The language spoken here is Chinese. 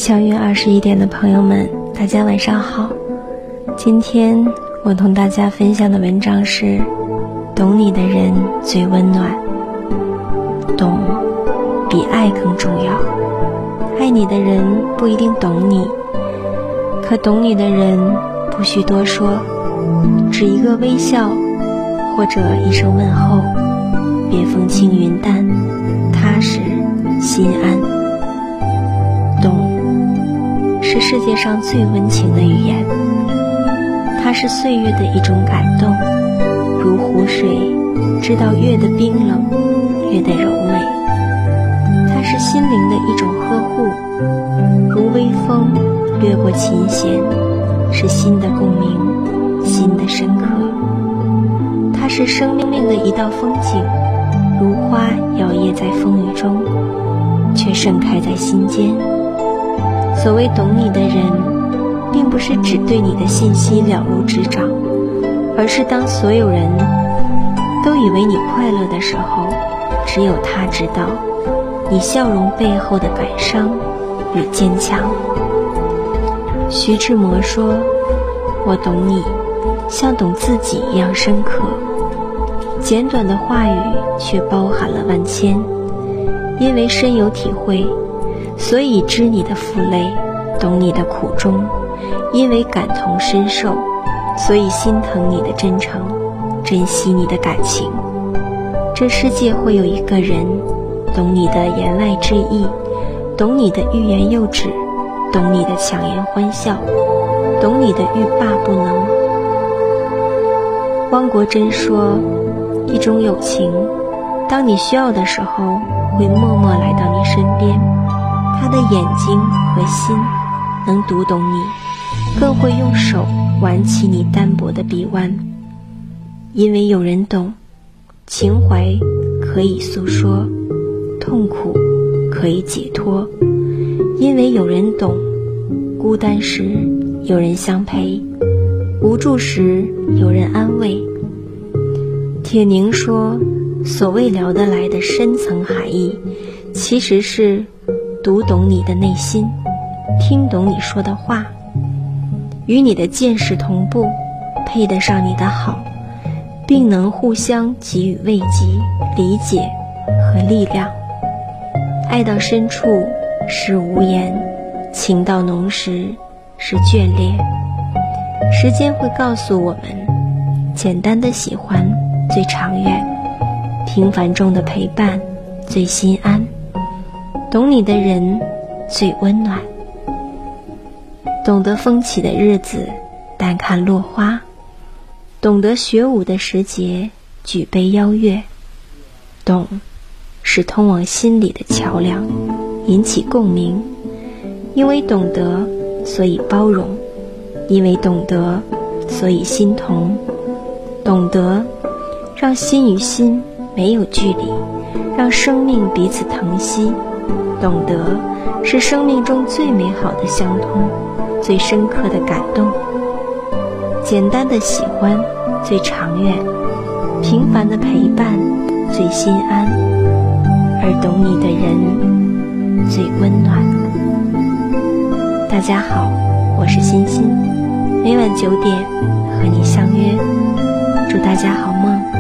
相约21点的朋友们，大家晚上好。今天我同大家分享的文章是懂你的人最温暖。懂比爱更重要。爱你的人不一定懂你，可懂你的人不需多说，只一个微笑或者一声问候，便风轻云淡，踏实心安。懂是世界上最温情的语言，它是岁月的一种感动，如湖水知道月的冰冷，月的柔美。它是心灵的一种呵护，如微风掠过琴弦，是心的共鸣，心的深刻。它是生命的一道风景，如花摇曳在风雨中，却盛开在心间。所谓懂你的人，并不是只对你的信息了如指掌，而是当所有人都以为你快乐的时候，只有他知道你笑容背后的感伤与坚强。徐志摩说，我懂你，像懂自己一样深刻。简短的话语却包含了万千，因为深有体会，所以知你的负累，懂你的苦衷，因为感同身受，所以心疼你的真诚，珍惜你的感情。这世界会有一个人懂你的言外之意，懂你的欲言又止，懂你的强颜欢笑，懂你的欲罢不能。汪国真说，一种友情，当你需要的时候，会默默来到你身边，他的眼睛和心能读懂你，更会用手挽起你单薄的臂弯。因为有人懂，情怀可以诉说，痛苦可以解脱。因为有人懂，孤单时有人相陪，无助时有人安慰。铁凝说，所谓聊得来的深层含义，其实是读懂你的内心，听懂你说的话，与你的见识同步，配得上你的好，并能互相给予慰藉、理解和力量。爱到深处是无言，情到浓时是眷恋。时间会告诉我们，简单的喜欢最长远，平凡中的陪伴最心安，懂你的人最温暖。懂得风起的日子淡看落花，懂得学舞的时节举杯邀月。懂是通往心里的桥梁，引起共鸣。因为懂得，所以包容；因为懂得，所以心同。懂得让心与心没有距离，让生命彼此疼惜。懂得是生命中最美好的相通，最深刻的感动。简单的喜欢最长远，平凡的陪伴最心安，而懂你的人最温暖。大家好，我是欣欣，每晚9点和你相约，祝大家好梦。